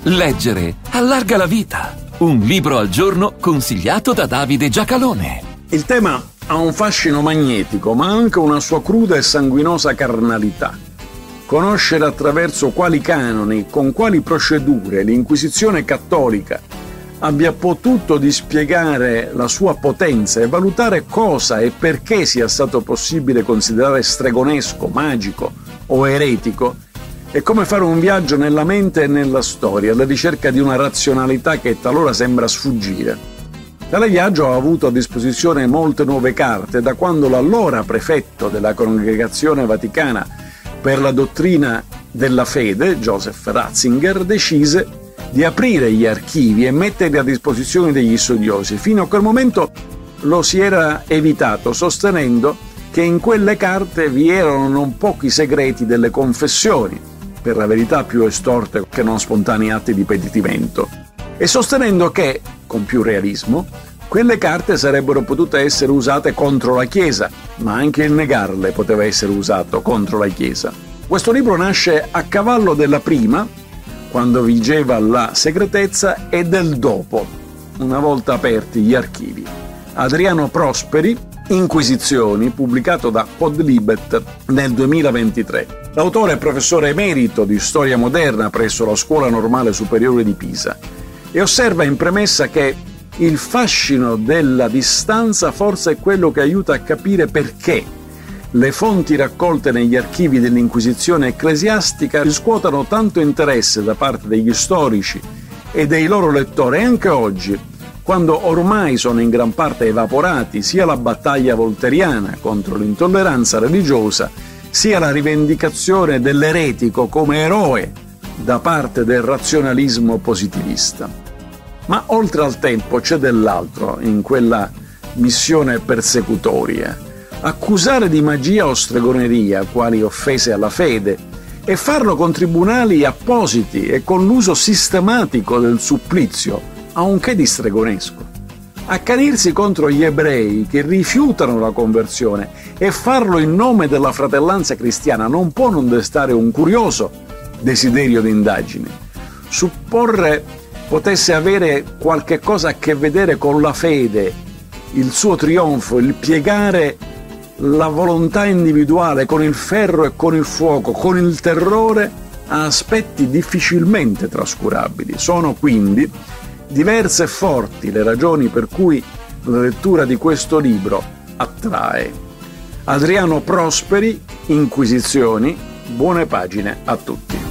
Leggere allarga la vita. Un libro al giorno consigliato da Davide Giacalone. Il tema ha un fascino magnetico, ma anche una sua cruda e sanguinosa carnalità. Conoscere attraverso quali canoni, con quali procedure l'Inquisizione cattolica abbia potuto dispiegare la sua potenza e valutare cosa e perché sia stato possibile considerare stregonesco, magico o eretico, è come fare un viaggio nella mente e nella storia, alla ricerca di una razionalità che talora sembra sfuggire. Tale viaggio ha avuto a disposizione molte nuove carte da quando l'allora prefetto della Congregazione Vaticana per la dottrina della fede, Joseph Ratzinger, decise di aprire gli archivi e metterli a disposizione degli studiosi. Fino a quel momento lo si era evitato, sostenendo che in quelle carte vi erano non pochi segreti delle confessioni, per la verità più estorte che non spontanei atti di peditivento, e sostenendo che, con più realismo, quelle carte sarebbero potute essere usate contro la Chiesa, ma anche il negarle poteva essere usato contro la Chiesa. Questo libro nasce a cavallo della prima, quando vigeva la segretezza, e del dopo, una volta aperti gli archivi. Adriano Prosperi, Inquisizioni, pubblicato da Podlibet nel 2023. L'autore è professore emerito di storia moderna presso la Scuola Normale Superiore di Pisa e osserva in premessa che il fascino della distanza forse è quello che aiuta a capire perché le fonti raccolte negli archivi dell'Inquisizione ecclesiastica riscuotano tanto interesse da parte degli storici e dei loro lettori anche oggi, quando ormai sono in gran parte evaporati sia la battaglia volteriana contro l'intolleranza religiosa, sia la rivendicazione dell'eretico come eroe da parte del razionalismo positivista. Ma oltre al tempo c'è dell'altro in quella missione persecutoria. Accusare di magia o stregoneria quali offese alla fede e farlo con tribunali appositi e con l'uso sistematico del supplizio ha un che di stregonesco. Accanirsi contro gli ebrei che rifiutano la conversione e farlo in nome della fratellanza cristiana non può non destare un curioso desiderio di indagine. Supporre potesse avere qualche cosa a che vedere con la fede, il suo trionfo, il piegare la volontà individuale con il ferro e con il fuoco, con il terrore, a aspetti difficilmente trascurabili. Sono quindi diverse e forti le ragioni per cui la lettura di questo libro attrae. Adriano Prosperi, Inquisizioni, buone pagine a tutti.